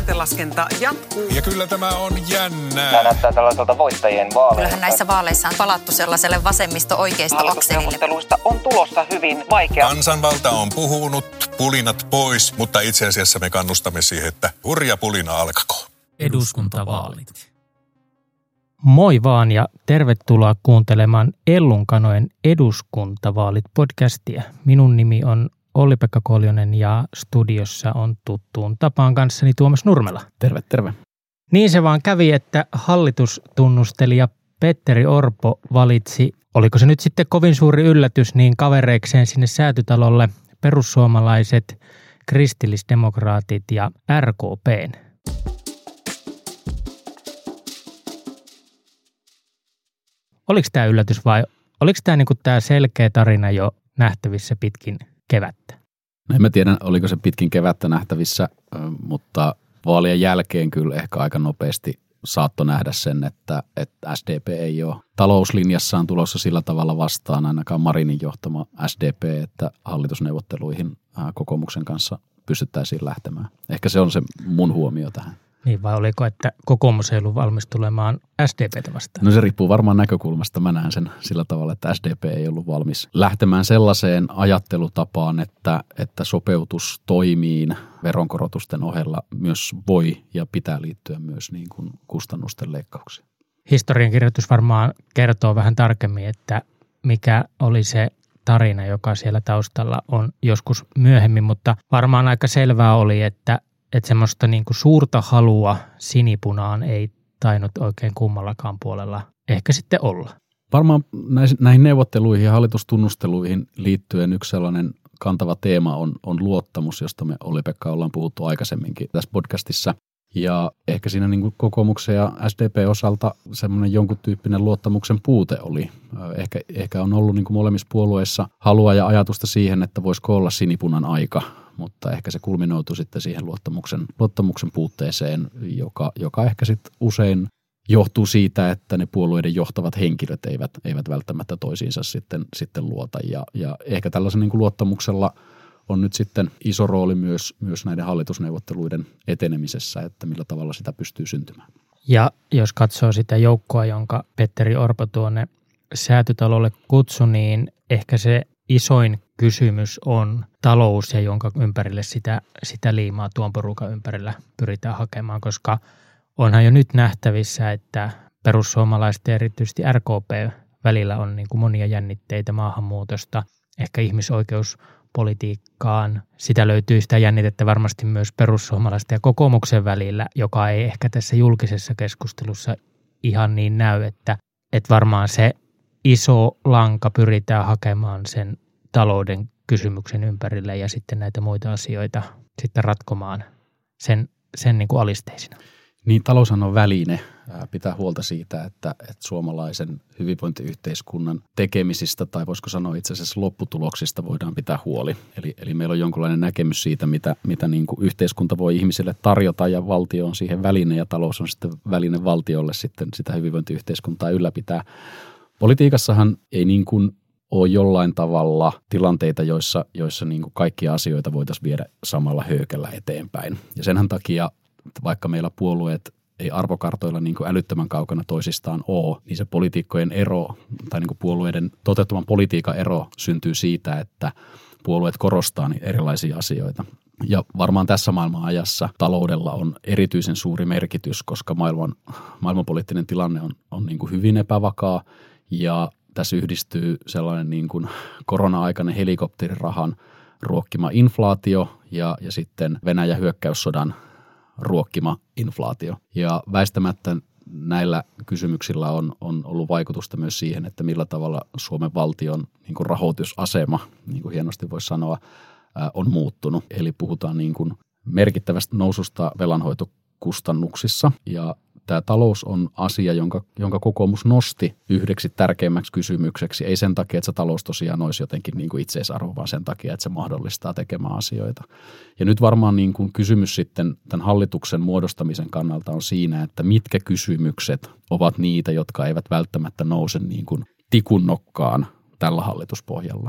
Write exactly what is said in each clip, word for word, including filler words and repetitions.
Ääntenlaskenta jatkuu. Ja kyllä tämä on jännää. Tämä näyttää tällaiselta voittajien vaaleilta. Kyllähän näissä vaaleissa on palattu sellaiselle vasemmisto-oikeisto-akselille. Hallitusneuvotteluista on tulossa hyvin vaikea. Kansanvalta on puhunut, pulinat pois, mutta itse asiassa me kannustamme siihen, että hurja pulina alkakoon. Eduskuntavaalit. Moi vaan ja tervetuloa kuuntelemaan Ellunkanojen eduskuntavaalit-podcastia. Minun nimi on Olli-Pekka Koljonen ja studiossa on tuttuun tapaan kanssani Tuomas Nurmela. Terve, terve. Niin se vaan kävi, että hallitustunnustelija Petteri Orpo valitsi, oliko se nyt sitten kovin suuri yllätys, niin kavereikseen sinne Säätytalolle perussuomalaiset, kristillisdemokraatit ja R K P:n. Oliko tämä yllätys vai oliko tämä niinku tämä selkeä tarina jo nähtävissä pitkin kevättä? No en mä tiedä, oliko se pitkin kevättä nähtävissä, mutta vaalien jälkeen kyllä ehkä aika nopeasti saattoi nähdä sen, että, että S D P ei ole talouslinjassaan tulossa sillä tavalla vastaan, ainakaan Marinin johtama S D P, että hallitusneuvotteluihin kokoomuksen kanssa pystyttäisiin lähtemään. Ehkä se on se mun huomio tähän. Niin vai oliko, että kokoomus ei ollut valmis tulemaan S D P:tä vastaan? No se riippuu varmaan näkökulmasta. Mä näen sen sillä tavalla, että S D P ei ollut valmis lähtemään sellaiseen ajattelutapaan, että, että sopeutus toimiin veronkorotusten ohella myös voi ja pitää liittyä myös niin kuin kustannusten leikkauksiin. Historiankirjoitus varmaan kertoo vähän tarkemmin, että mikä oli se tarina, joka siellä taustalla on joskus myöhemmin, mutta varmaan aika selvää oli, että Että semmoista niinku suurta halua sinipunaan ei tainnut oikein kummallakaan puolella ehkä sitten olla. Varmaan näihin neuvotteluihin ja hallitustunnusteluihin liittyen yksi sellainen kantava teema on, on luottamus, josta me Olli-Pekka ollaan puhuttu aikaisemminkin tässä podcastissa. Ja ehkä siinä niin kuin kokoomuksen ja S D P osalta semmoinen jonkun tyyppinen luottamuksen puute oli. Ehkä, ehkä on ollut niin kuin molemmissa puolueissa halua ja ajatusta siihen, että voisiko olla sinipunan aika, mutta ehkä se kulminoituu sitten siihen luottamuksen, luottamuksen puutteeseen, joka, joka ehkä sitten usein johtuu siitä, että ne puolueiden johtavat henkilöt eivät, eivät välttämättä toisiinsa sitten, sitten luota. Ja, ja ehkä tällaisen niin kuin luottamuksella on nyt sitten iso rooli myös, myös näiden hallitusneuvotteluiden etenemisessä, että millä tavalla sitä pystyy syntymään. Ja jos katsoo sitä joukkoa, jonka Petteri Orpo tuonne Säätytalolle kutsui, niin ehkä se isoin kysymys on talous ja jonka ympärille sitä, sitä liimaa tuon porukan ympärillä pyritään hakemaan, koska onhan jo nyt nähtävissä, että perussuomalaisten ja erityisesti R K P välillä on niin kuin monia jännitteitä maahanmuutosta, ehkä ihmisoikeuspolitiikkaan. Sitä löytyy sitä jännitettä varmasti myös perussuomalaisten ja kokoomuksen välillä, joka ei ehkä tässä julkisessa keskustelussa ihan niin näy, että, että varmaan se iso lanka pyritään hakemaan sen talouden kysymyksen ympärille ja sitten näitä muita asioita sitten ratkomaan sen, sen niin kuin alisteisina. Niin, taloushan on väline pitää huolta siitä, että, että suomalaisen hyvinvointiyhteiskunnan tekemisistä tai voisiko sanoa itse asiassa lopputuloksista voidaan pitää huoli. Eli, eli meillä on jonkinlainen näkemys siitä, mitä, mitä niin kuin yhteiskunta voi ihmisille tarjota ja valtio on siihen väline ja talous on sitten väline valtiolle sitten sitä hyvinvointiyhteiskuntaa ylläpitää. Politiikassahan ei niin kuin ole jollain tavalla tilanteita, joissa, joissa niin kuin kaikkia asioita voitaisiin viedä samalla höykällä eteenpäin. Ja senhän takia, vaikka meillä puolueet ei arvokartoilla niin kuin älyttömän kaukana toisistaan ole, niin se poliitikkojen ero tai niin kuin puolueiden toteuttaman politiikan ero syntyy siitä, että puolueet korostaa niin erilaisia asioita. Ja varmaan tässä maailman ajassa taloudella on erityisen suuri merkitys, koska maailman, maailmanpoliittinen tilanne on, on niin kuin hyvin epävakaa ja tässä yhdistyy sellainen niin kuin korona-aikainen helikopterirahan ruokkima inflaatio ja, ja sitten Venäjän hyökkäyssodan ruokkima inflaatio. Ja väistämättä näillä kysymyksillä on, on ollut vaikutusta myös siihen, että millä tavalla Suomen valtion niin kuin rahoitusasema, niin kuin hienosti voisi sanoa, on muuttunut. Eli puhutaan niin kuin merkittävästä noususta velanhoitokustannuksissa ja tämä talous on asia, jonka, jonka kokoomus nosti yhdeksi tärkeimmäksi kysymykseksi. Ei sen takia, että se talous tosiaan olisi jotenkin niin kuin itseisarvo, vaan sen takia, että se mahdollistaa tekemään asioita. Ja nyt varmaan niin kuin kysymys sitten tämän hallituksen muodostamisen kannalta on siinä, että mitkä kysymykset ovat niitä, jotka eivät välttämättä nouse niin kuin tikun nokkaan tällä hallituspohjalla.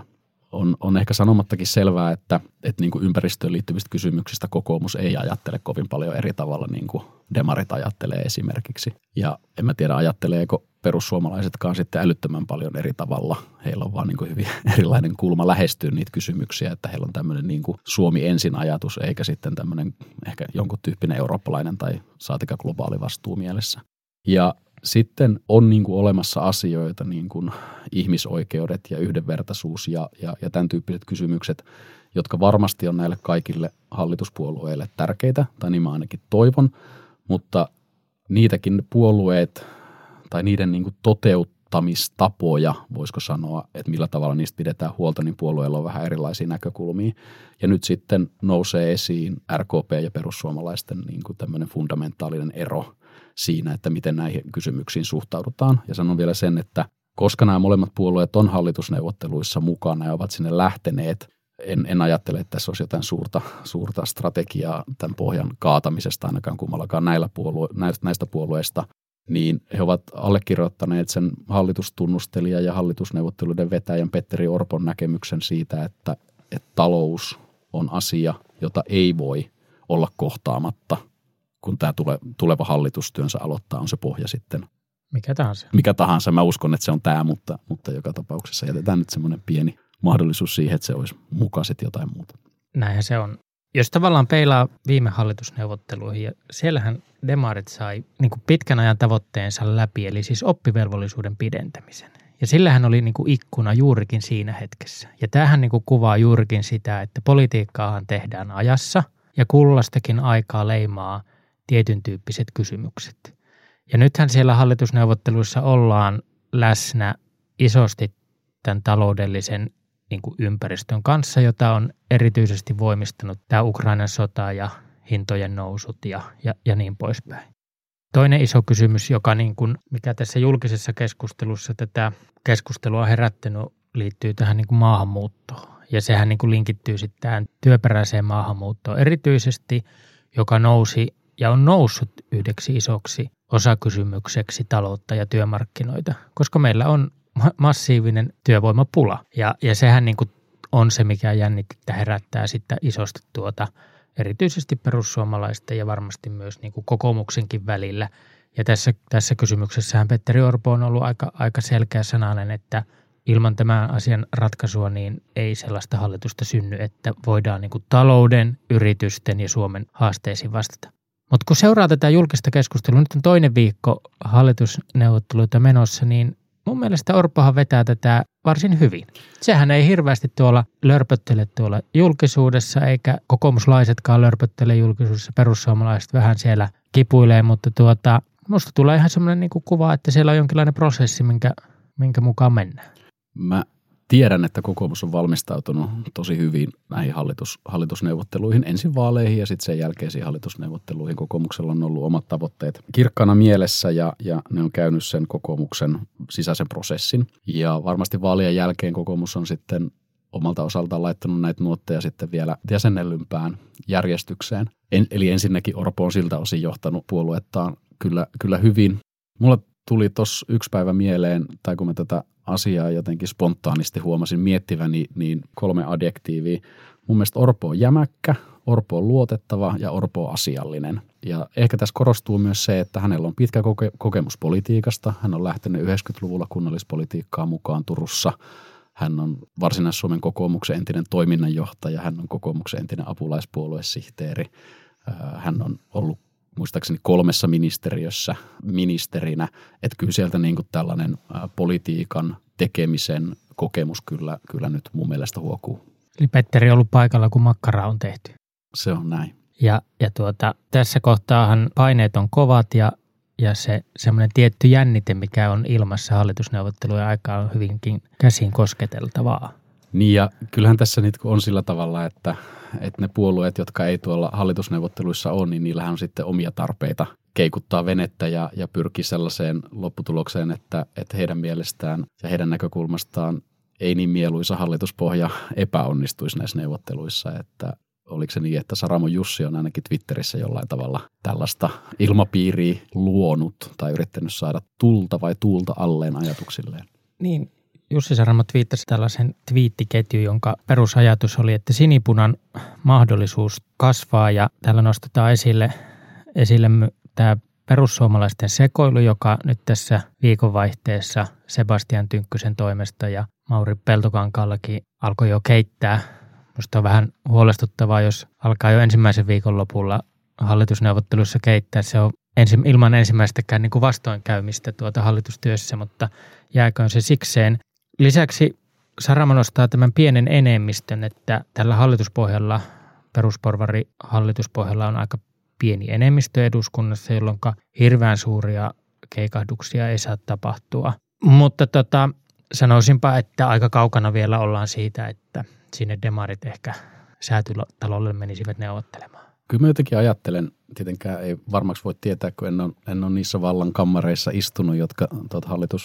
on, on ehkä sanomattakin selvää, että, että niin kuin ympäristöön liittyvistä kysymyksistä kokoomus ei ajattele kovin paljon eri tavalla niin kuin demarit ajattelee esimerkiksi. Ja en mä tiedä, ajatteleeko perussuomalaisetkaan sitten älyttömän paljon eri tavalla. Heillä on vaan niin kuin hyvin erilainen kulma lähestyä niitä kysymyksiä, että heillä on tämmöinen niin kuin Suomi ensin ajatus, eikä sitten tämmöinen ehkä jonkun tyyppinen eurooppalainen tai saatika globaali vastuu mielessä. Ja sitten on niin kuin olemassa asioita niin kuin ihmisoikeudet ja yhdenvertaisuus ja, ja, ja tämän tyyppiset kysymykset, jotka varmasti on näille kaikille hallituspuolueille tärkeitä, tai niin mä ainakin toivon, mutta niitäkin puolueet tai niiden niin kuin toteuttamistapoja, voisiko sanoa, että millä tavalla niistä pidetään huolta, niin puolueilla on vähän erilaisia näkökulmia. Ja nyt sitten nousee esiin R K P ja perussuomalaisten niin kuin tämmöinen fundamentaalinen ero siinä, että miten näihin kysymyksiin suhtaudutaan. Ja sanon vielä sen, että koska nämä molemmat puolueet on hallitusneuvotteluissa mukana ja ovat sinne lähteneet, en, en ajattele, että tässä olisi jotain suurta, suurta strategiaa tämän pohjan kaatamisesta ainakaan kummallakaan näillä puolue- näistä, näistä puolueista, niin he ovat allekirjoittaneet sen hallitustunnustelija ja hallitusneuvotteluiden vetäjän Petteri Orpon näkemyksen siitä, että, että talous on asia, jota ei voi olla kohtaamatta, kun tämä tule, tuleva hallitustyönsä aloittaa, on se pohja sitten. Mikä tahansa. Mikä tahansa. Mä uskon, että se on tämä, mutta, mutta joka tapauksessa jätetään nyt semmoinen pieni mahdollisuus siihen, että se olisi mukaan sitten jotain muuta. Näinhän se on. Jos tavallaan peilaa viime hallitusneuvotteluihin, ja siellähän demarit sai niin kuin pitkän ajan tavoitteensa läpi, eli siis oppivelvollisuuden pidentämisen. Ja sillähän oli niin kuin ikkuna juurikin siinä hetkessä. Ja tämähän niin kuin kuvaa juurikin sitä, että politiikkaahan tehdään ajassa, ja kullastakin aikaa leimaa tietyn tyyppiset kysymykset. Ja nythän siellä hallitusneuvotteluissa ollaan läsnä isosti tämän taloudellisen niin kuin ympäristön kanssa, jota on erityisesti voimistanut tämä Ukrainan sota ja hintojen nousut ja, ja, ja niin poispäin. Toinen iso kysymys, joka niin kuin, mikä tässä julkisessa keskustelussa tätä keskustelua on herättänyt, liittyy tähän niin kuin maahanmuuttoon. Ja sehän niin kuin linkittyy sitten tähän työperäiseen maahanmuuttoon erityisesti, joka nousi ja on noussut yhdeksi isoksi osakysymykseksi taloutta ja työmarkkinoita, koska meillä on massiivinen työvoimapula. Ja, ja sehän niin kuin on se, mikä jännitettä herättää sitten isosti tuota, erityisesti perussuomalaisten ja varmasti myös niin kuin kokoomuksenkin välillä. Ja tässä, tässä kysymyksessähän Petteri Orpo on ollut aika, aika selkeä sananen, että ilman tämän asian ratkaisua niin ei sellaista hallitusta synny, että voidaan niin kuin talouden, yritysten ja Suomen haasteisiin vastata. Mutta kun seuraa tätä julkista keskustelua, nyt on toinen viikko hallitusneuvotteluita menossa, niin mun mielestä Orpohan vetää tätä varsin hyvin. Sehän ei hirveästi tuolla lörpöttele tuolla julkisuudessa, eikä kokoomuslaisetkaan lörpöttele julkisuudessa. Perussuomalaiset vähän siellä kipuilee, mutta tuota, musta tulee ihan semmoinen niinku kuva, että siellä on jonkinlainen prosessi, minkä, minkä mukaan mennään. Mä tiedän, että kokoomus on valmistautunut tosi hyvin näihin hallitus, hallitusneuvotteluihin, ensin vaaleihin ja sitten sen jälkeisiin hallitusneuvotteluihin. Kokoomuksella on ollut omat tavoitteet kirkkaana mielessä ja, ja ne on käynyt sen kokoomuksen sisäisen prosessin. Ja varmasti vaalien jälkeen kokoomus on sitten omalta osaltaan laittanut näitä nuotteja sitten vielä jäsennellympään järjestykseen. En, eli ensinnäkin Orpo on siltä osin johtanut puoluettaan kyllä, kyllä hyvin. Mulla tuli tuossa yksi päivä mieleen, tai kun mä tätä asiaa jotenkin spontaanisti huomasin miettiväni, niin kolme adjektiivia. Mun mielestä Orpo on jämäkkä, Orpo on luotettava ja Orpo on asiallinen. Ja ehkä tässä korostuu myös se, että hänellä on pitkä koke- kokemus politiikasta. Hän on lähtenyt yhdeksänkymmentäluvulla kunnallispolitiikkaan mukaan Turussa. Hän on Varsinais-Suomen kokoomuksen entinen toiminnanjohtaja. Hän on kokoomuksen entinen apulaispuoluesihteeri. Hän on ollut muistaakseni kolmessa ministeriössä ministerinä, että kyllä sieltä niin kuin tällainen ä, politiikan tekemisen kokemus kyllä, kyllä nyt mun mielestä huokuu. Eli Petteri on ollut paikalla, kun makkara on tehty. Se on näin. Ja, ja tuota, tässä kohtaahan paineet on kovat ja, ja se semmoinen tietty jännite, mikä on ilmassa hallitusneuvottelujen aikaa, on hyvinkin käsin kosketeltavaa. Niin ja kyllähän tässä nyt on sillä tavalla, että, että ne puolueet, jotka ei tuolla hallitusneuvotteluissa ole, niin niillähän on sitten omia tarpeita keikuttaa venettä ja, ja pyrkii sellaiseen lopputulokseen, että, että heidän mielestään ja heidän näkökulmastaan ei niin mieluisa hallituspohja epäonnistuisi näissä neuvotteluissa, että oliko se niin, että Saramo Jussi on ainakin Twitterissä jollain tavalla tällaista ilmapiiriä luonut tai yrittänyt saada tulta vai tuulta alleen ajatuksilleen? Niin, Jussi Saramo twiittasi tällaisen twiittiketjun, jonka perusajatus oli, että sinipunan mahdollisuus kasvaa ja täällä nostetaan esille, esille tämä perussuomalaisten sekoilu, joka nyt tässä viikonvaihteessa Sebastian Tynkkysen toimesta ja Mauri Peltokankaallakin alkoi jo keittää. Minusta on vähän huolestuttavaa, jos alkaa jo ensimmäisen viikon lopulla hallitusneuvotteluissa keittää. Se on ensi, ilman ensimmäistäkään niin kuin vastoinkäymistä tuota hallitustyössä, mutta jääköön se sikseen. Lisäksi Saramo nostaa tämän pienen enemmistön, että tällä hallituspohjalla, perusporvari hallituspohjalla on aika pieni enemmistö eduskunnassa, jolloin hirveän suuria keikahduksia ei saa tapahtua. Mutta tota, sanoisinpa, että aika kaukana vielä ollaan siitä, että sinne demarit ehkä Säätytalolle menisivät neuvottelemaan. Kyllä mä jotenkin ajattelen, tietenkään ei varmaksi voi tietää, kun en ole, en ole niissä vallan kammareissa istunut, jotka tuota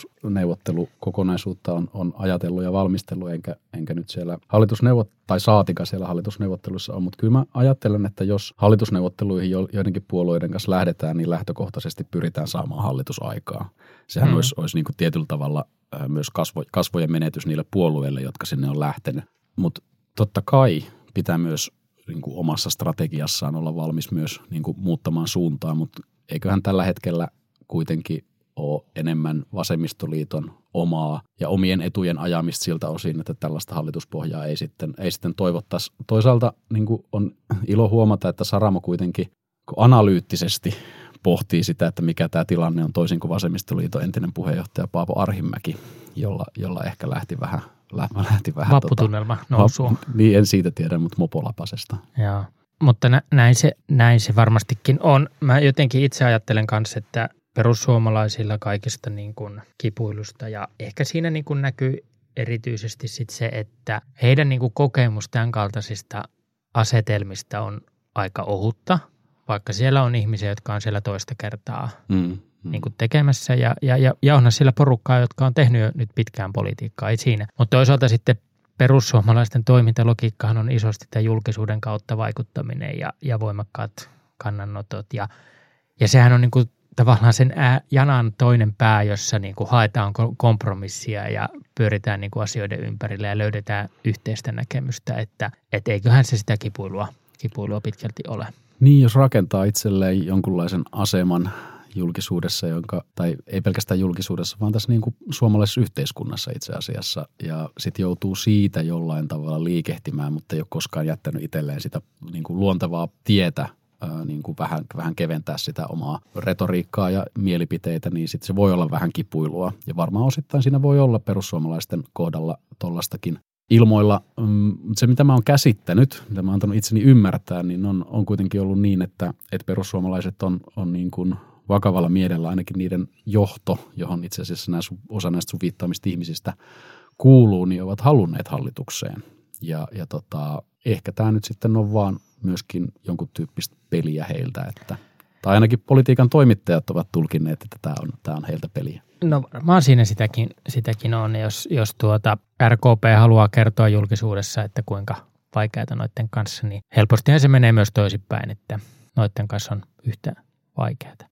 hallitusneuvottelukokonaisuutta on, on ajatellut ja valmistellut, enkä, enkä nyt siellä hallitusneuvot tai saatika siellä hallitusneuvotteluissa on. Mutta kyllä mä ajattelen, että jos hallitusneuvotteluihin joidenkin puolueiden kanssa lähdetään, niin lähtökohtaisesti pyritään saamaan hallitusaikaa. Sehän hmm. olisi, olisi niin kuin tietyllä tavalla myös kasvo, kasvojen menetys niille puolueille, jotka sinne on lähtenyt. Mutta totta kai pitää myös niin kuin omassa strategiassaan olla valmis myös niin kuin muuttamaan suuntaa, mutta eiköhän tällä hetkellä kuitenkin ole enemmän vasemmistoliiton omaa ja omien etujen ajamista siltä osin, että tällaista hallituspohjaa ei sitten, ei sitten toivottaisi. Toisaalta niin kuin on ilo huomata, että Saramo kuitenkin analyyttisesti pohtii sitä, että mikä tämä tilanne on toisin kuin vasemmistoliiton entinen puheenjohtaja Paavo Arhinmäki, jolla, jolla ehkä lähti vähän lähti vähän vapputunnelma tota, nousuun. Niin, en siitä tiedä, mutta mopolapasesta. Joo, mutta nä, näin, se, näin se varmastikin on. Mä jotenkin itse ajattelen kanssa, että perussuomalaisilla kaikista niin kuin kipuilusta ja ehkä siinä niin kuin näkyy erityisesti sit se, että heidän niin kuin kokemus tämän kaltaisista asetelmista on aika ohutta, vaikka siellä on ihmisiä, jotka on siellä toista kertaa mm. niin kuin tekemässä ja, ja, ja, ja onhan siellä porukkaa, jotka on tehnyt jo nyt pitkään politiikkaa, ei siinä. Mutta toisaalta sitten perussuomalaisten toimintalogiikkahan on isosti tämän julkisuuden kautta vaikuttaminen ja, ja voimakkaat kannanotot. Ja, ja sehän on niin kuin tavallaan sen ää, janan toinen pää, jossa niin kuin haetaan kompromissia ja pyöritään niin kuin asioiden ympärillä ja löydetään yhteistä näkemystä, että et eiköhän se sitä kipuilua, kipuilua pitkälti ole. Niin, jos rakentaa itselleen jonkunlaisen aseman julkisuudessa, jonka, tai ei pelkästään julkisuudessa, vaan tässä niin kuin suomalaisessa yhteiskunnassa itse asiassa. Ja sitten joutuu siitä jollain tavalla liikehtimään, mutta ei ole koskaan jättänyt itselleen sitä niin kuin luontevaa tietä, ää, niin kuin vähän, vähän keventää sitä omaa retoriikkaa ja mielipiteitä, niin sitten se voi olla vähän kipuilua. Ja varmaan osittain siinä voi olla perussuomalaisten kohdalla tollastakin ilmoilla. Se, mitä mä oon käsittänyt, mitä mä oon antanut itseni ymmärtää, niin on, on kuitenkin ollut niin, että, että perussuomalaiset on, on niin kuin vakavalla mielellä ainakin niiden johto, johon itse asiassa nämä, osa näistä sun viittaamista ihmisistä kuuluu, niin ovat halunneet hallitukseen. Ja, ja tota, ehkä tämä nyt sitten on vaan myöskin jonkun tyyppistä peliä heiltä, että, tai ainakin politiikan toimittajat ovat tulkinneet, että tämä on, tämä on heiltä peliä. No varmaan siinä sitäkin, sitäkin on, jos, jos tuota R K P haluaa kertoa julkisuudessa, että kuinka vaikeata noiden kanssa, niin helpostihan se menee myös toisinpäin, että noiden kanssa on yhtä vaikeata.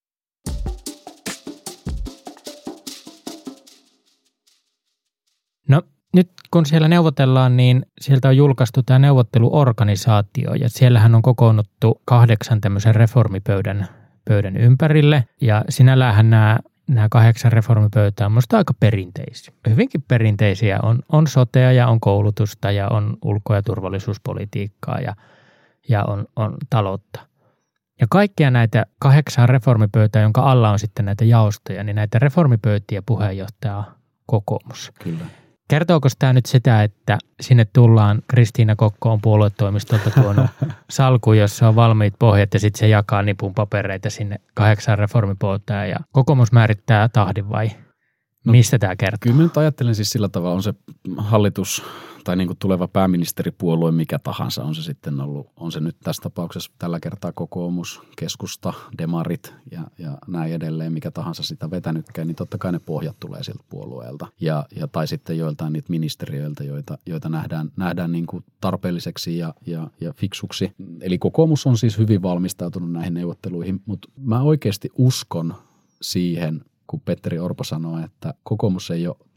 No nyt kun siellä neuvotellaan, niin sieltä on julkaistu tämä neuvotteluorganisaatio ja siellähän on kokoonnuttu kahdeksan tämmöisen reformipöydän pöydän ympärille ja sinälläänhän nämä, nämä kahdeksan reformipöytää on minusta aika perinteisiä. Hyvinkin perinteisiä on, on sotea ja on koulutusta ja on ulko- ja turvallisuuspolitiikkaa ja, ja on, on taloutta. Ja kaikkia näitä kahdeksan reformipöytää, jonka alla on sitten näitä jaostoja, niin näitä reformipöytiä puheenjohtaja kokoomus. Kyllä. Kertooko tämä nyt sitä, että sinne tullaan, Kristiina Kokko on puoluetoimistolta tuonut salku, jossa on valmiit pohjat ja sitten se jakaa nipun papereita sinne kahdeksan reformipöytään ja kokoomus määrittää tahdin vai no, mistä tämä kertoo? Kyllä mä nyt ajattelen siis sillä tavalla, on se hallitus tai niin kuin tuleva pääministeripuolue mikä tahansa, on se sitten ollut, on se nyt tässä tapauksessa tällä kertaa kokoomus, keskusta, demarit ja, ja näin edelleen, mikä tahansa sitä vetänytkään, niin totta kai ne pohjat tulee siltä puolueelta. Ja, ja, tai sitten joiltain niitä ministeriöiltä, joita, joita nähdään, nähdään niin kuin tarpeelliseksi ja, ja, ja fiksuksi. Eli kokoomus on siis hyvin valmistautunut näihin neuvotteluihin, mutta mä oikeasti uskon siihen, kun Petteri Orpo sanoi, että kokoomus ei ole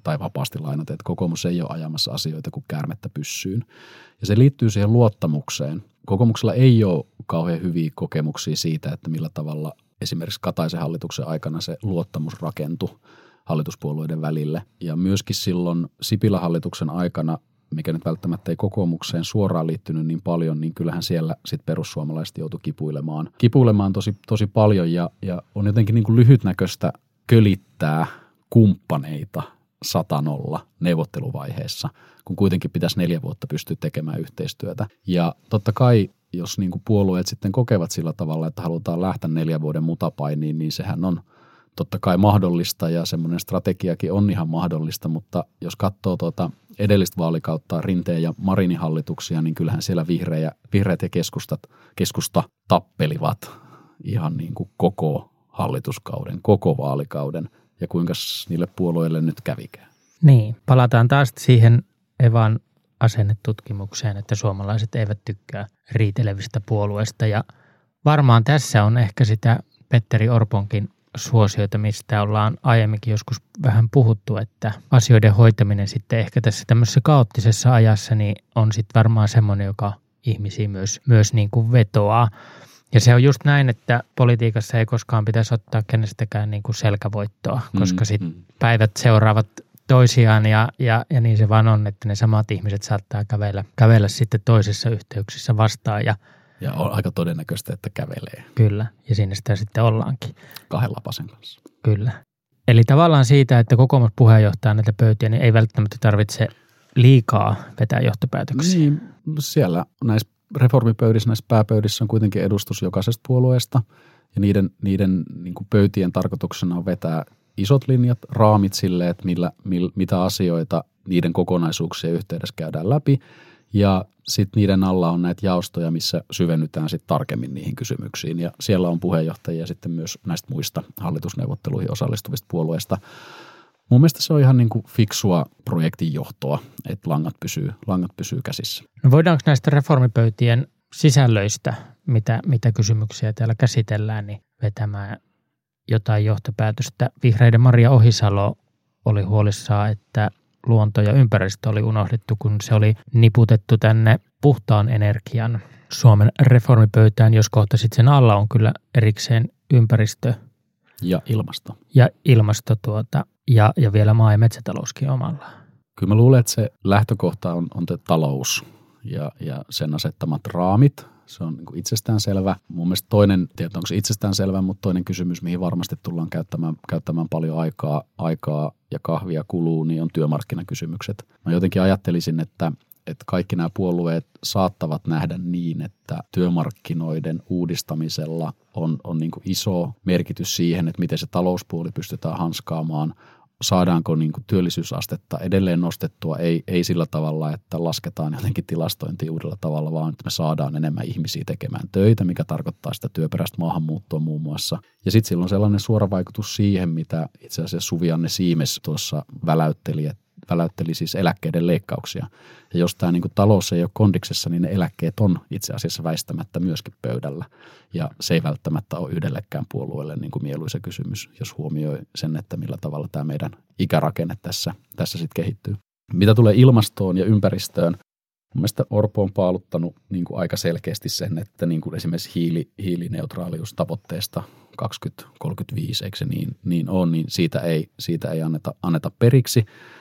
tai vapaasti lainata, että kokoomus ei ole ajamassa asioita kuin käärmettä pyssyyn. Ja se liittyy siihen luottamukseen. Kokoomuksella ei ole kauhean hyviä kokemuksia siitä, että millä tavalla esimerkiksi Kataisen hallituksen aikana se luottamus rakentui hallituspuolueiden välille. Ja myöskin silloin Sipilän hallituksen aikana, mikä nyt välttämättä ei kokoomukseen suoraan liittynyt niin paljon, niin kyllähän siellä sit perussuomalaiset joutui kipuilemaan, kipuilemaan tosi, tosi paljon ja, ja on jotenkin niin kuin lyhytnäköistä kölittää kumppaneita satanolla neuvotteluvaiheessa, kun kuitenkin pitäisi neljä vuotta pystyä tekemään yhteistyötä. Ja totta kai, jos niin kuin puolueet sitten kokevat sillä tavalla, että halutaan lähteä neljän vuoden mutapainiin, niin sehän on totta kai mahdollista ja semmoinen strategiakin on ihan mahdollista, mutta jos katsoo tuota edellistä vaalikautta Rinteen ja Marinin hallituksia, niin kyllähän siellä vihreä, vihreät ja keskustat, keskusta tappelivat ihan niin kuin koko hallituskauden, koko vaalikauden ja kuinka niille puolueille nyt kävikään. Niin, palataan taas siihen Evan asennetutkimukseen, että suomalaiset eivät tykkää riitelevistä puolueista ja varmaan tässä on ehkä sitä Petteri Orponkin suosioita, mistä ollaan aiemminkin joskus vähän puhuttu, että asioiden hoitaminen sitten ehkä tässä tämmöisessä kaoottisessa ajassa niin on sitten varmaan semmoinen, joka ihmisiä myös, myös niin kuin vetoaa. Ja se on just näin, että politiikassa ei koskaan pitäisi ottaa kenestäkään niin kuin selkävoittoa, koska sitten päivät seuraavat toisiaan ja, ja, ja niin se vaan on, että ne samat ihmiset saattaa kävellä, kävellä sitten toisissa yhteyksissä vastaan ja Ja on aika todennäköistä, että kävelee. Kyllä, ja sinne sitä sitten ollaankin. Kahden lapasen kanssa. Kyllä. Eli tavallaan siitä, että kokoomus puheenjohtaa näitä pöytiä, niin ei välttämättä tarvitse liikaa vetää johtopäätöksiä. Niin, siellä näissä reformipöydissä, näissä pääpöydissä on kuitenkin edustus jokaisesta puolueesta, ja niiden, niiden niin kuin pöytien tarkoituksena on vetää isot linjat, raamit sille, että millä, millä, mitä asioita niiden kokonaisuuksien yhteydessä käydään läpi, ja sitten niiden alla on näitä jaostoja, missä syvennytään sitten tarkemmin niihin kysymyksiin. Ja siellä on puheenjohtajia sitten myös näistä muista hallitusneuvotteluihin osallistuvista puolueista. Mun mielestä se on ihan niin kuin fiksua projektin johtoa, että langat pysyy, langat pysyy käsissä. No voidaanko näistä reformipöytien sisällöistä, mitä, mitä kysymyksiä täällä käsitellään, niin vetämään jotain johtopäätöstä? Vihreiden Maria Ohisalo oli huolissaan, että luonto ja ympäristö oli unohdettu, kun se oli niputettu tänne puhtaan energian Suomen reformipöytään, jos kohta sitten sen alla on kyllä erikseen ympäristö ja ilmasto. Ja ilmasto tuota, ja, ja vielä maa- ja metsätalouskin omalla. Kyllä mä luulen, että se lähtökohta on, on talous ja, ja sen asettamat raamit. Se on niin kuin itsestäänselvä. Mun mielestä toinen, tiedä onko se itsestäänselvä, mutta toinen kysymys, mihin varmasti tullaan käyttämään, käyttämään paljon aikaa, aikaa ja kahvia kuluu, niin on työmarkkinakysymykset. Mä jotenkin ajattelisin, että, että kaikki nämä puolueet saattavat nähdä niin, että työmarkkinoiden uudistamisella on, on niin kuin iso merkitys siihen, että miten se talouspuoli pystytään hanskaamaan. Saadaanko niin kuin työllisyysastetta edelleen nostettua, ei, ei sillä tavalla, että lasketaan jotenkin tilastointia uudella tavalla, vaan että me saadaan enemmän ihmisiä tekemään töitä, mikä tarkoittaa sitä työperäistä maahanmuuttoa muun muassa. Ja sitten sillä on sellainen suora vaikutus siihen, mitä itse asiassa Suvi-Anne Siimes tuossa väläytteli, että väläytteli siis eläkkeiden leikkauksia. Ja jos tämä niin kuin talous ei ole kondiksessa, niin ne eläkkeet on itse asiassa väistämättä myöskin pöydällä. Ja se ei välttämättä ole yhdellekään puolueelle niin kuin mieluisa kysymys, jos huomioi sen, että millä tavalla tämä meidän ikärakenne tässä, tässä sitten kehittyy. Mitä tulee ilmastoon ja ympäristöön, mun mielestä Orpo on paaluttanut niin kuin aika selkeästi sen, että niin kuin esimerkiksi hiili, hiilineutraaliustavoitteesta kaksituhattakolmekymmentäviisi, eikö se niin, niin on, niin siitä ei, siitä ei anneta, anneta periksi.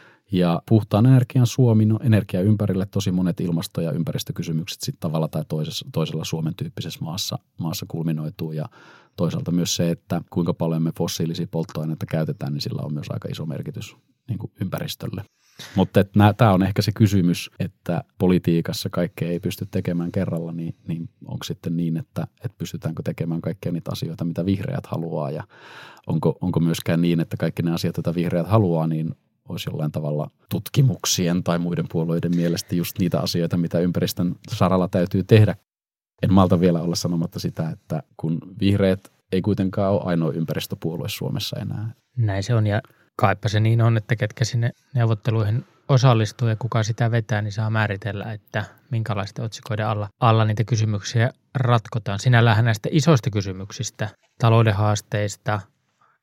Ja puhtaan energian Suomi, no energia ympärille tosi monet ilmasto- ja ympäristökysymykset sitten tavalla tai toisessa, toisella Suomen tyyppisessä maassa, maassa kulminoituu. Ja toisaalta myös se, että kuinka paljon me fossiilisia polttoaineita käytetään, niin sillä on myös aika iso merkitys niin kuin ympäristölle. Mutta tämä on ehkä se kysymys, että politiikassa kaikkea ei pysty tekemään kerralla, niin, niin onko sitten niin, että, että pystytäänkö tekemään kaikkia niitä asioita, mitä vihreät haluaa. Ja onko, onko myöskään niin, että kaikki ne asiat, joita vihreät haluaa, niin olisi jollain tavalla tutkimuksien tai muiden puolueiden mielestä just niitä asioita, mitä ympäristön saralla täytyy tehdä. En malta vielä olla sanomatta sitä, että kun vihreät ei kuitenkaan ole ainoa ympäristöpuolue Suomessa enää. Näin se on ja kaipa se niin on, että ketkä sinne neuvotteluihin osallistuu ja kuka sitä vetää, niin saa määritellä, että minkälaisten otsikoiden alla, alla niitä kysymyksiä ratkotaan. Sinällähän näistä isoista kysymyksistä, talouden haasteista,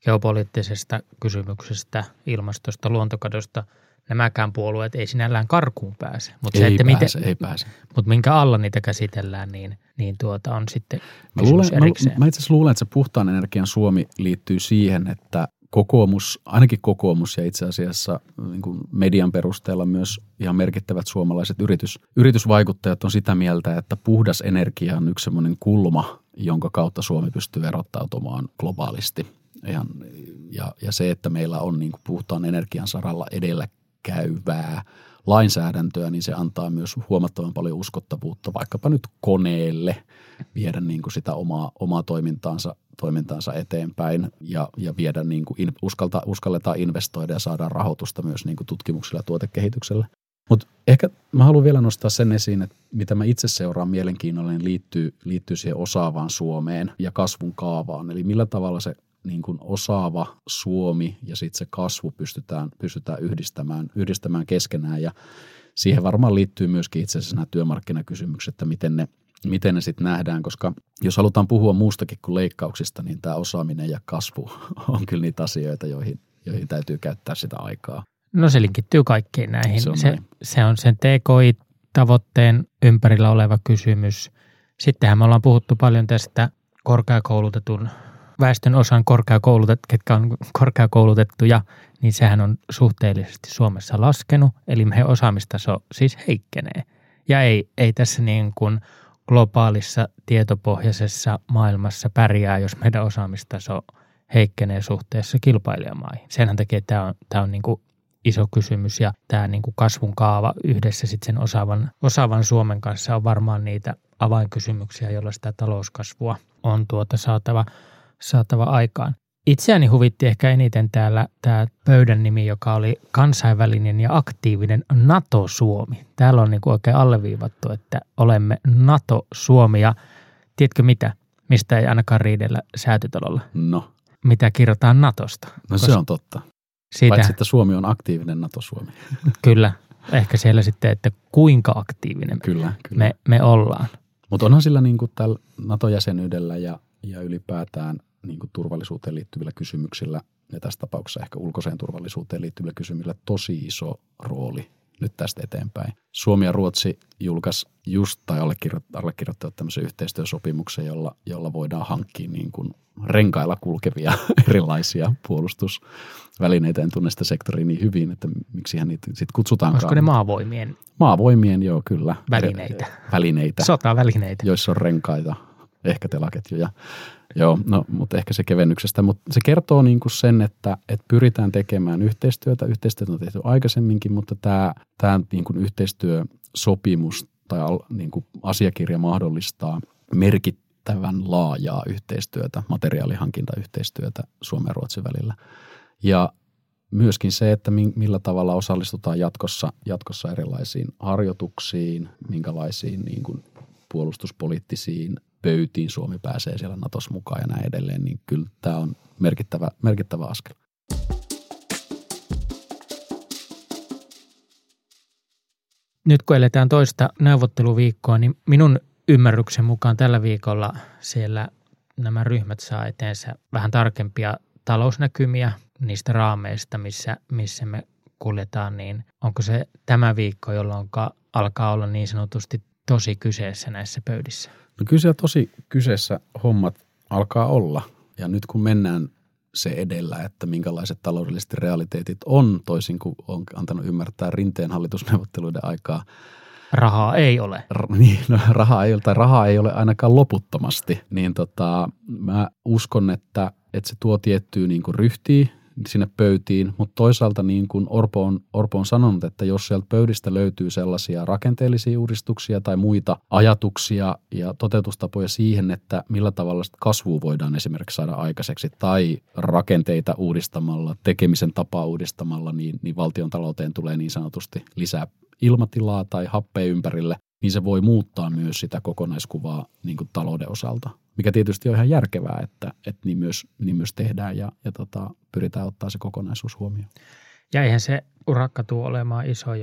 geopoliittisesta kysymyksestä, ilmastosta, luontokadosta. Nämäkään puolueet ei sinällään karkuun pääse. Mutta ei, se, että pääse miten, ei pääse. Mutta minkä alla niitä käsitellään, niin, niin tuota on sitten mä, luulen, mä, erikseen. mä itse asiassa luulen, että se puhtaan energian Suomi liittyy siihen, että kokoomus, ainakin kokoomus ja itse asiassa niin kuin median perusteella myös ihan merkittävät suomalaiset yritys, yritysvaikuttajat on sitä mieltä, että puhdas energia on yksi semmoinen kulma, jonka kautta Suomi pystyy erottautumaan globaalisti. Ihan, ja, ja se, että meillä on niin kuin puhtaan energian saralla edelläkäyvää lainsäädäntöä, niin se antaa myös huomattavan paljon uskottavuutta vaikkapa nyt koneelle viedä niin kuin sitä omaa, omaa toimintaansa, toimintaansa eteenpäin ja, ja viedä niin kuin in, uskalta, uskalletaan investoida ja saadaan rahoitusta myös niin kuin tutkimukselle ja tuotekehitykselle. Mutta ehkä mä haluan vielä nostaa sen esiin, että mitä mä itse seuraan mielenkiinnolla, niin liittyy, liittyy siihen osaavaan Suomeen ja kasvun kaavaan. Eli millä tavalla se niin kuin osaava Suomi ja sitten se kasvu pystytään, pystytään yhdistämään, yhdistämään keskenään. Ja siihen varmaan liittyy myöskin itse asiassa nämä työmarkkinakysymykset, että miten ne, miten ne sitten nähdään. Koska jos halutaan puhua muustakin kuin leikkauksista, niin tämä osaaminen ja kasvu on kyllä niitä asioita, joihin, joihin täytyy käyttää sitä aikaa. No se linkittyy kaikkiin näihin. Se on, se, se on sen T K I-tavoitteen ympärillä oleva kysymys. Sittenhän me ollaan puhuttu paljon tästä korkeakoulutetun väestön osan korkeakoulutettu, ketkä on korkeakoulutettuja, niin sehän on suhteellisesti Suomessa laskenut, eli meidän osaamistaso siis heikkenee. Ja ei, ei tässä niin kuin globaalissa tietopohjaisessa maailmassa pärjää, jos meidän osaamistaso heikkenee suhteessa kilpailijamaihin. Senhän takia tämä on, tämä on niin kuin iso kysymys ja tämä niin kuin kasvun kaava yhdessä sitten sen osaavan, osaavan Suomen kanssa on varmaan niitä avainkysymyksiä, joilla sitä talouskasvua on tuota saatava, saatava aikaan. Itseäni huvitti ehkä eniten täällä tämä pöydän nimi, joka oli kansainvälinen ja aktiivinen NATO-Suomi. Täällä on niin kuin oikein alleviivattu, että olemme NATO-Suomi ja tiedätkö mitä, mistä ei ainakaan riidellä Säätytalolla? No. Mitä kirjoitetaan Natosta? No Koska se on totta. siitä, Paitsi, että Suomi on aktiivinen NATO-Suomi. Kyllä, ehkä siellä sitten, että kuinka aktiivinen Kyllä, kyllä. Me, me ollaan. Mutta onhan sillä niin kuin tällä NATO-jäsenyydellä ja, ja ylipäätään niin kuin turvallisuuteen liittyvillä kysymyksillä ja tässä tapauksessa ehkä ulkoiseen turvallisuuteen liittyvillä kysymyksillä tosi iso rooli nyt tästä eteenpäin. Suomi ja Ruotsi julkaisi just tai allekirjoittivat tämmöisen yhteistyösopimuksen, jolla, jolla voidaan hankkia niin kuin renkailla kulkevia erilaisia puolustusvälineitä. En tunne sitä sektoria niin hyvin, että miksihän niitä sitten kutsutaankaan. Olisiko ne maavoimien? Maavoimien, joo kyllä. Välineitä. Välineitä. Sotavälineitä. Joissa on renkaita, ehkä telaketjuja. Joo, no, mutta ehkä se kevennyksestä. Mutta se kertoo niin kuin sen, että, että pyritään tekemään yhteistyötä. Yhteistyötä on tehty aikaisemminkin, mutta tämä, tämä niin kuin yhteistyösopimus tai niin kuin asiakirja mahdollistaa merkittävän laajaa yhteistyötä, materiaalihankintayhteistyötä Suomen ja Ruotsin välillä. Ja myöskin se, että millä tavalla osallistutaan jatkossa, jatkossa erilaisiin harjoituksiin, minkälaisiin niin kuin puolustuspoliittisiin pöytiin Suomi pääsee siellä Natossa mukaan ja näin edelleen, niin kyllä tämä on merkittävä, merkittävä askel. Nyt kun eletään toista neuvotteluviikkoa, niin minun ymmärryksen mukaan tällä viikolla siellä nämä ryhmät saa eteensä vähän tarkempia talousnäkymiä niistä raameista, missä, missä me kuljetaan, niin onko se tämä viikko, jolloin alkaa olla niin sanotusti tosi kyseessä näissä pöydissä? No kyllä siellä tosi kyseessä hommat alkaa olla. Ja nyt kun mennään se edellä, että minkälaiset taloudelliset realiteetit on, toisin kuin on antanut ymmärtää Rinteen hallitusneuvotteluiden aikaa. Rahaa ei ole. R- niin, no, rahaa ei ole, tai rahaa ei ole ainakaan loputtomasti. Niin tota, mä uskon, että, että se tuo tiettyä niin kuin ryhtiä sinne pöytiin, mutta toisaalta niin kuin Orpo on, Orpo on sanonut, että jos sieltä pöydistä löytyy sellaisia rakenteellisia uudistuksia tai muita ajatuksia ja toteutustapoja siihen, että millä tavalla kasvua voidaan esimerkiksi saada aikaiseksi tai rakenteita uudistamalla, tekemisen tapaa uudistamalla, niin, niin valtion talouteen tulee niin sanotusti lisää ilmatilaa tai happea ympärille, niin se voi muuttaa myös sitä kokonaiskuvaa niin kuin talouden osalta. Mikä tietysti on ihan järkevää, että, että niin, myös, niin myös tehdään ja, ja tota, pyritään ottaa se kokonaisuus huomioon. Ja eihän se urakka tule olemaan iso, jos,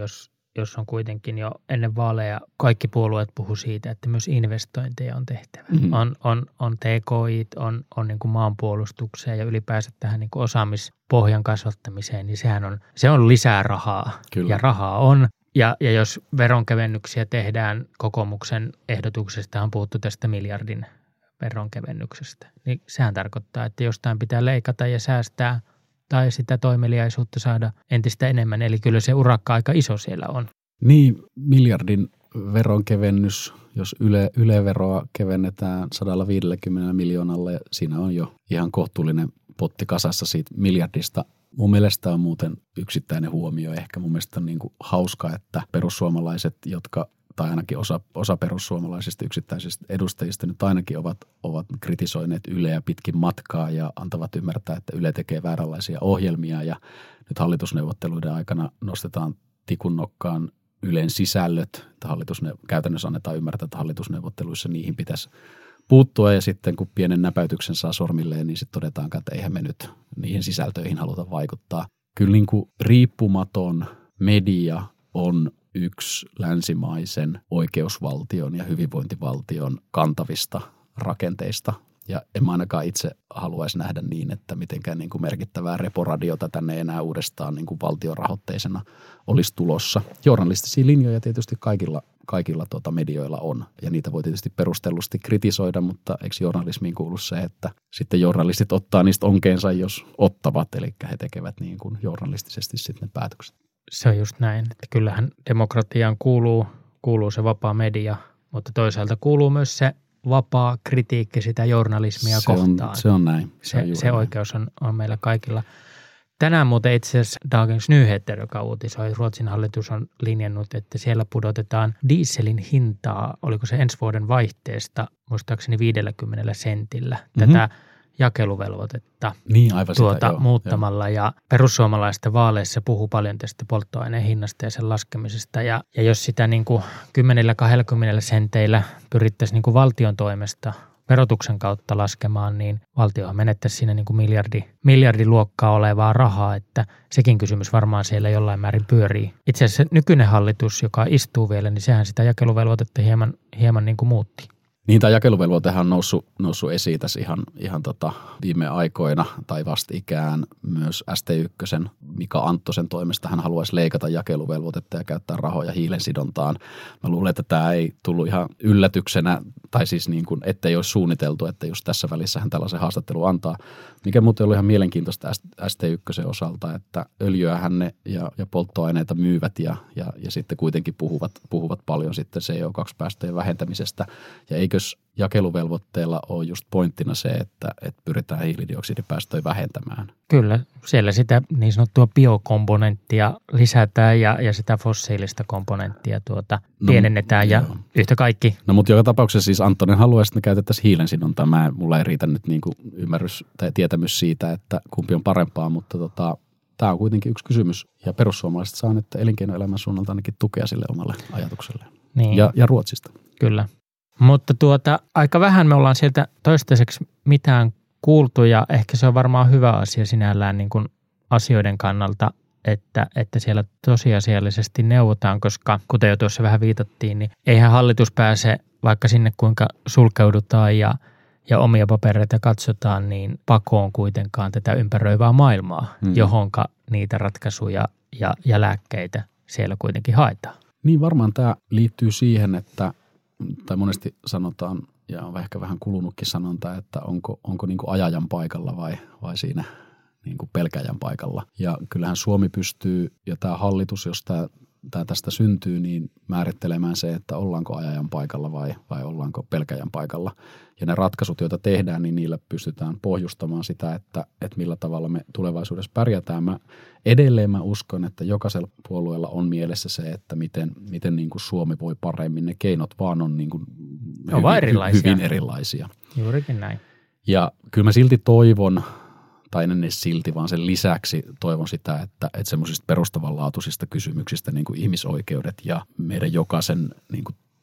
jos on kuitenkin jo ennen vaaleja kaikki puolueet puhu siitä, että myös investointeja on tehtävä. Mm-hmm. On, on, on T K I, on, on niin kuin maanpuolustukseen ja ylipäänsä tähän niin kuin osaamispohjan kasvattamiseen, niin sehän on, se on lisää rahaa. Kyllä. Ja rahaa on. Ja, ja jos veronkevennyksiä tehdään, kokoomuksen ehdotuksesta on puhuttu tästä miljardin veronkevennyksestä, niin sehän tarkoittaa, että jostain pitää leikata ja säästää tai sitä toimeliaisuutta saada entistä enemmän. Eli kyllä se urakka aika iso siellä on. Niin, miljardin veronkevennys, jos yle, Yle-veroa kevennetään sata viisikymmentä miljoonalla, siinä on jo ihan kohtuullinen potti kasassa siitä miljardista. Mun mielestä on muuten yksittäinen huomio. Ehkä mun mielestä on niin kuin hauska, että perussuomalaiset, jotka tai ainakin osa, osa perussuomalaisista yksittäisistä edustajista nyt ainakin ovat, ovat kritisoineet Yleä pitkin matkaa ja antavat ymmärtää, että Yle tekee vääränlaisia ohjelmia ja nyt hallitusneuvotteluiden aikana nostetaan tikun nokkaan Ylen sisällöt, että hallitusne, käytännössä annetaan ymmärtää, että hallitusneuvotteluissa niihin pitäisi puuttua ja sitten kun pienen näpäytyksen saa sormilleen, niin sitten todetaan, että eihän me nyt niihin sisältöihin haluta vaikuttaa. Kyllä niin kuin riippumaton media on yksi länsimaisen oikeusvaltion ja hyvinvointivaltion kantavista rakenteista. Ja en mä ainakaan itse haluaisi nähdä niin, että mitenkään niin kuin merkittävää reporadiota tänne enää uudestaan niin kuin valtiorahoitteisena olisi tulossa. Journalistisia linjoja tietysti kaikilla, kaikilla tuota medioilla on ja niitä voi tietysti perustellusti kritisoida, mutta eikö journalismiin kuulu se, että sitten journalistit ottaa niistä onkeensa, jos ottavat, eli he tekevät niin kuin journalistisesti sitten ne päätökset. Se on just näin, että kyllähän demokratiaan kuuluu, kuuluu se vapaa media, mutta toisaalta kuuluu myös se vapaa kritiikki sitä journalismia se kohtaan. On, se on näin. Se, se, on se oikeus on, on meillä kaikilla. Tänään muuten itse asiassa Dagens Nyheter, joka uutisoi, Ruotsin hallitus on linjannut, että siellä pudotetaan dieselin hintaa, oliko se ensi vuoden vaihteesta, muistaakseni viidelläkymmenellä sentillä mm-hmm. tätä jakeluvelvoitetta niin, aivan tuota, sitä, joo, muuttamalla. joo. Ja perussuomalaisten vaaleissa puhuu paljon tästä polttoaineen hinnasta ja sen laskemisesta. Ja, ja jos sitä niin kuin kymmenellä kaksikymmentä senteillä pyrittäisiin niin kuin valtion toimesta verotuksen kautta laskemaan, niin valtiohan menettäisi siinä niin kuin miljardi, miljardiluokkaa olevaa rahaa, että sekin kysymys varmaan siellä jollain määrin pyörii. Itse asiassa nykyinen hallitus, joka istuu vielä, niin sehän sitä jakeluvelvoitetta hieman, hieman niin kuin muutti. Niin, tämä jakeluvelvoitehan on noussut, noussut esiin tässä ihan, ihan tota viime aikoina tai vastikään myös S T yksi Mika Anttosen toimesta. Hän haluaisi leikata jakeluvelvoitetta ja käyttää rahoja hiilensidontaan. Mä luulen, että tämä ei tullut ihan yllätyksenä, tai siis niin kuin, ettei olisi suunniteltu, että just tässä välissä hän tällaisen haastattelun antaa. Mikä muuten oli ihan mielenkiintoista S T yksi osalta, että öljyähän ne ja, ja polttoaineita myyvät ja, ja, ja sitten kuitenkin puhuvat, puhuvat paljon sitten C O kaksi päästöjen vähentämisestä. Ja eikös jakeluvelvoitteella ole just pointtina se, että, että pyritään hiilidioksidipäästöjä vähentämään? Kyllä, siellä sitä niin sanottua biokomponenttia lisätään ja, ja sitä fossiilista komponenttia tuota pienennetään no, ja joo. yhtä kaikki. No mutta joka tapauksessa siis Anttonen haluaisi, että me käytettäisiin hiilensidontaa. Mä, mulla ei riitä nyt niin kuin ymmärrys tai tietämys siitä, että kumpi on parempaa, mutta tota, tämä on kuitenkin yksi kysymys. Ja perussuomalaiset saa nyt elinkeinoelämän suunnalta ainakin tukea sille omalle ajatukselle. Niin. Ja, ja Ruotsista. Kyllä. Mutta tuota, aika vähän me ollaan sieltä toistaiseksi mitään kuultu ja ehkä se on varmaan hyvä asia sinällään niin kuin asioiden kannalta, että, että siellä tosiasiallisesti neuvotaan, koska kuten jo tuossa vähän viitattiin, niin eihän hallitus pääse, vaikka sinne kuinka sulkeudutaan ja, ja omia papereita katsotaan, niin pakoon kuitenkaan tätä ympäröivää maailmaa, hmm. johonka niitä ratkaisuja ja, ja lääkkeitä siellä kuitenkin haetaan. Niin varmaan tämä liittyy siihen, että tai monesti sanotaan, ja on ehkä vähän kulunutkin sanonta, että onko, onko niin kuin ajajan paikalla vai, vai siinä niin kuin pelkäjän paikalla. Ja kyllähän Suomi pystyy, ja tämä hallitus, jos tämä, tämä tästä syntyy, niin määrittelemään se, että ollaanko ajajan paikalla vai, vai ollaanko pelkäjän paikalla. Ja ne ratkaisut, joita tehdään, niin niillä pystytään pohjustamaan sitä, että, että millä tavalla me tulevaisuudessa pärjätään. Mä, edelleen mä uskon, että jokaisella puolueella on mielessä se, että miten, miten niin kuin Suomi voi paremmin. Ne keinot vaan on niin kuin hyvin, erilaisia. hyvin erilaisia. Juurikin näin. Ja kyllä mä silti toivon, tai en edes silti, vaan sen lisäksi toivon sitä, että, että semmoisista perustavanlaatuisista kysymyksistä, niin kuin ihmisoikeudet ja meidän jokaisen niin kuin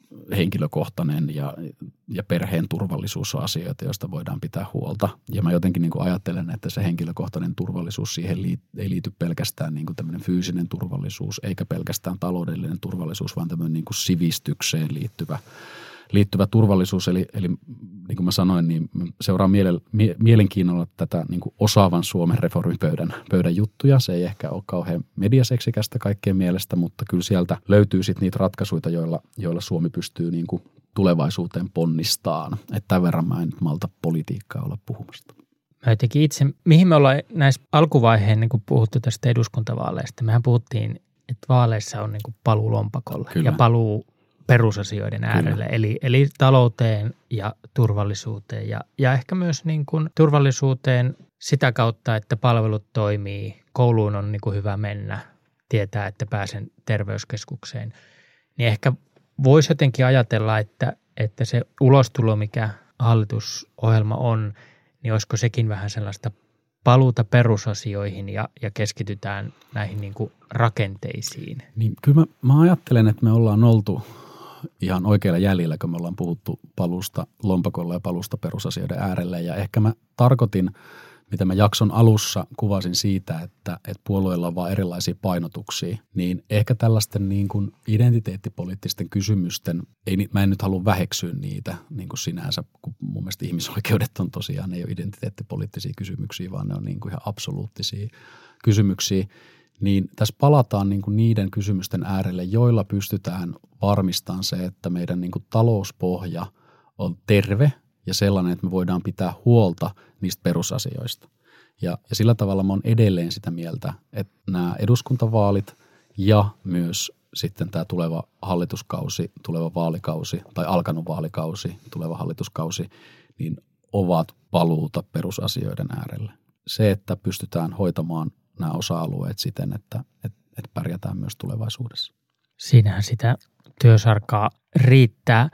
henkilökohtainen ja, ja perheen turvallisuus on asioita, joista voidaan pitää huolta. Ja mä jotenkin niin kuin ajattelen, että se henkilökohtainen turvallisuus siihen liit, ei liity pelkästään niin kuin tämmöinen fyysinen turvallisuus, eikä pelkästään taloudellinen turvallisuus, vaan tämmöinen niin kuin sivistykseen liittyvä, liittyvä turvallisuus. Eli, eli niin kuin mä sanoin, niin seuraan miele, mie, mielenkiinnolla tätä niin kuin osaavan Suomen reformipöydän pöydän juttuja. Se ei ehkä ole kauhean mediaseksikästä kaikkien mielestä, mutta kyllä sieltä löytyy sitten niitä ratkaisuja, joilla, joilla Suomi pystyy niin kuin tulevaisuuteen ponnistaan. Että tämän verran mä en nyt malta politiikkaa olla puhumasta. Mä jotenkin itse, mihin me ollaan näissä alkuvaiheen niin kun puhuttu tästä eduskuntavaaleista, mehän puhuttiin, että vaaleissa on niin kuin paluu lompakolle Kyllä. ja paluu perusasioiden äärelle, eli, eli talouteen ja turvallisuuteen ja, ja ehkä myös niin kuin turvallisuuteen sitä kautta, että palvelut toimii, kouluun on niin kuin hyvä mennä, tietää, että pääsen terveyskeskukseen, niin ehkä voisi jotenkin ajatella, että, että se ulostulo, mikä hallitusohjelma on, niin olisiko sekin vähän sellaista paluuta perusasioihin ja, ja keskitytään näihin niin kuin rakenteisiin. Niin, kyllä mä, mä ajattelen, että me ollaan oltu ihan oikealla jäljellä, kun me ollaan puhuttu paluusta lompakolla ja paluusta perusasioiden äärelle. Ja ehkä mä tarkoitin, mitä mä jakson alussa kuvasin siitä, että, että puolueilla on vaan erilaisia painotuksia, niin ehkä tällaisten niin kuin identiteettipoliittisten kysymysten, ei, mä en nyt halua väheksyä niitä niin kuin sinänsä, kun mun mielestä ihmisoikeudet on tosiaan, ne ei ole identiteettipoliittisia kysymyksiä, vaan ne on niin kuin ihan absoluuttisia kysymyksiä. Niin tässä palataan niin kuin niiden kysymysten äärelle, joilla pystytään varmistamaan se, että meidän niin kuin talouspohja on terve ja sellainen, että me voidaan pitää huolta niistä perusasioista. Ja, ja sillä tavalla mä oon edelleen sitä mieltä, että nämä eduskuntavaalit ja myös sitten tämä tuleva hallituskausi, tuleva vaalikausi tai alkanut vaalikausi, tuleva hallituskausi, niin ovat paluuta perusasioiden äärelle. Se, että pystytään hoitamaan nämä osa-alueet siten, että, että, että pärjätään myös tulevaisuudessa. Siinähän sitä työsarkaa riittää.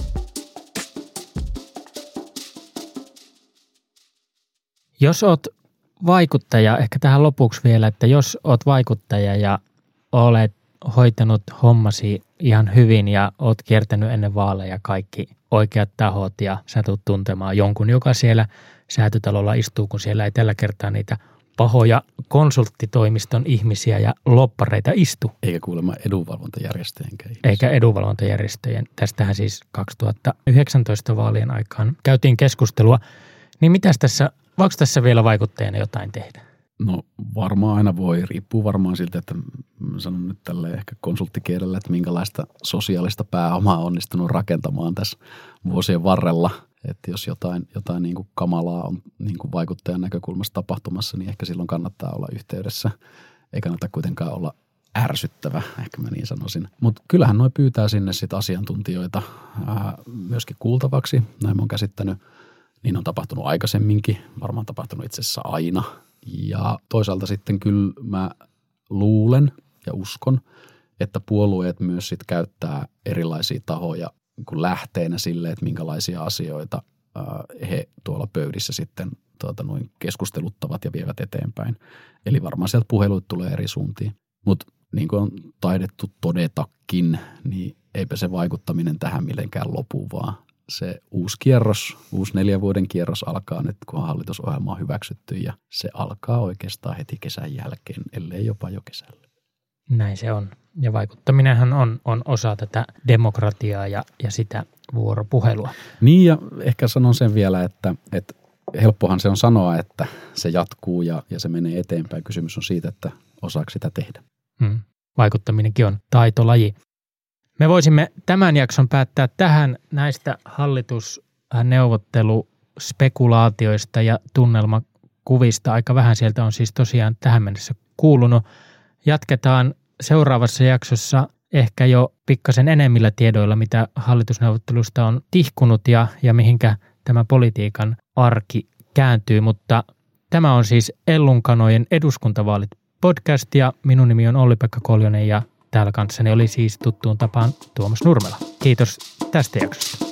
Jos oot vaikuttaja, ehkä tähän lopuksi vielä, että jos oot vaikuttaja ja olet hoitanut hommasi ihan hyvin ja oot kiertänyt ennen vaaleja kaikki oikeat tahot ja sä tulet tuntemaan jonkun, joka siellä Säätytalolla istuu, kun siellä ei tällä kertaa niitä pahoja konsulttitoimiston ihmisiä ja loppareita istu. Eikä kuulemma edunvalvontajärjestöjenkään ihmisiä. Eikä edunvalvontajärjestöjen. Tästähän siis kaksituhattayhdeksäntoista vaalien aikaan käytiin keskustelua. Niin mitäs tässä, voiko tässä vielä vaikuttajana jotain tehdä? No varmaan aina voi. Riippuu varmaan siltä, että sanon nyt tälleen ehkä konsulttikielellä, että minkälaista sosiaalista pääomaa on onnistunut rakentamaan tässä vuosien varrella. Että jos jotain, jotain niin kuin kamalaa on niin kuin vaikuttajan näkökulmasta tapahtumassa, niin ehkä silloin kannattaa olla yhteydessä. Ei kannata kuitenkaan olla ärsyttävä, ehkä mä niin sanoisin. Mutta kyllähän noi pyytää sinne sit asiantuntijoita ää, myöskin kuultavaksi. Näin mä oon käsittänyt. Niin on tapahtunut aikaisemminkin, varmaan tapahtunut itse asiassa aina. Ja toisaalta sitten kyllä mä luulen ja uskon, että puolueet myös sit käyttää erilaisia tahoja kuin lähteenä sille, että minkälaisia asioita he tuolla pöydissä sitten tuota, noin keskusteluttavat ja vievät eteenpäin. Eli varmaan sieltä puheluita tulee eri suuntiin. Mutta niin kuin on taidettu todetakin, niin eipä se vaikuttaminen tähän mitenkään lopu, vaan se uusi kierros, uusi neljän vuoden kierros alkaa nyt, kun hallitusohjelma on hyväksytty ja se alkaa oikeastaan heti kesän jälkeen, ellei jopa jo kesällä. Näin se on. Ja vaikuttaminenhan on, on osa tätä demokratiaa ja, ja sitä vuoropuhelua. Niin ja ehkä sanon sen vielä, että, että helppohan se on sanoa, että se jatkuu ja, ja se menee eteenpäin. Kysymys on siitä, että osaako sitä tehdä. Hmm. Vaikuttaminenkin on taitolaji. Me voisimme tämän jakson päättää tähän näistä hallitusneuvotteluspekulaatioista ja tunnelmakuvista. Aika vähän sieltä on siis tosiaan tähän mennessä kuulunut. Jatketaan seuraavassa jaksossa ehkä jo pikkasen enemmillä tiedoilla, mitä hallitusneuvottelusta on tihkunut ja, ja mihinkä tämä politiikan arki kääntyy. Mutta tämä on siis Ellunkanojen eduskuntavaalit podcast ja minun nimi on Olli-Pekka Koljonen ja täällä kanssani oli siis tuttuun tapaan Tuomas Nurmela. Kiitos tästä jaksosta.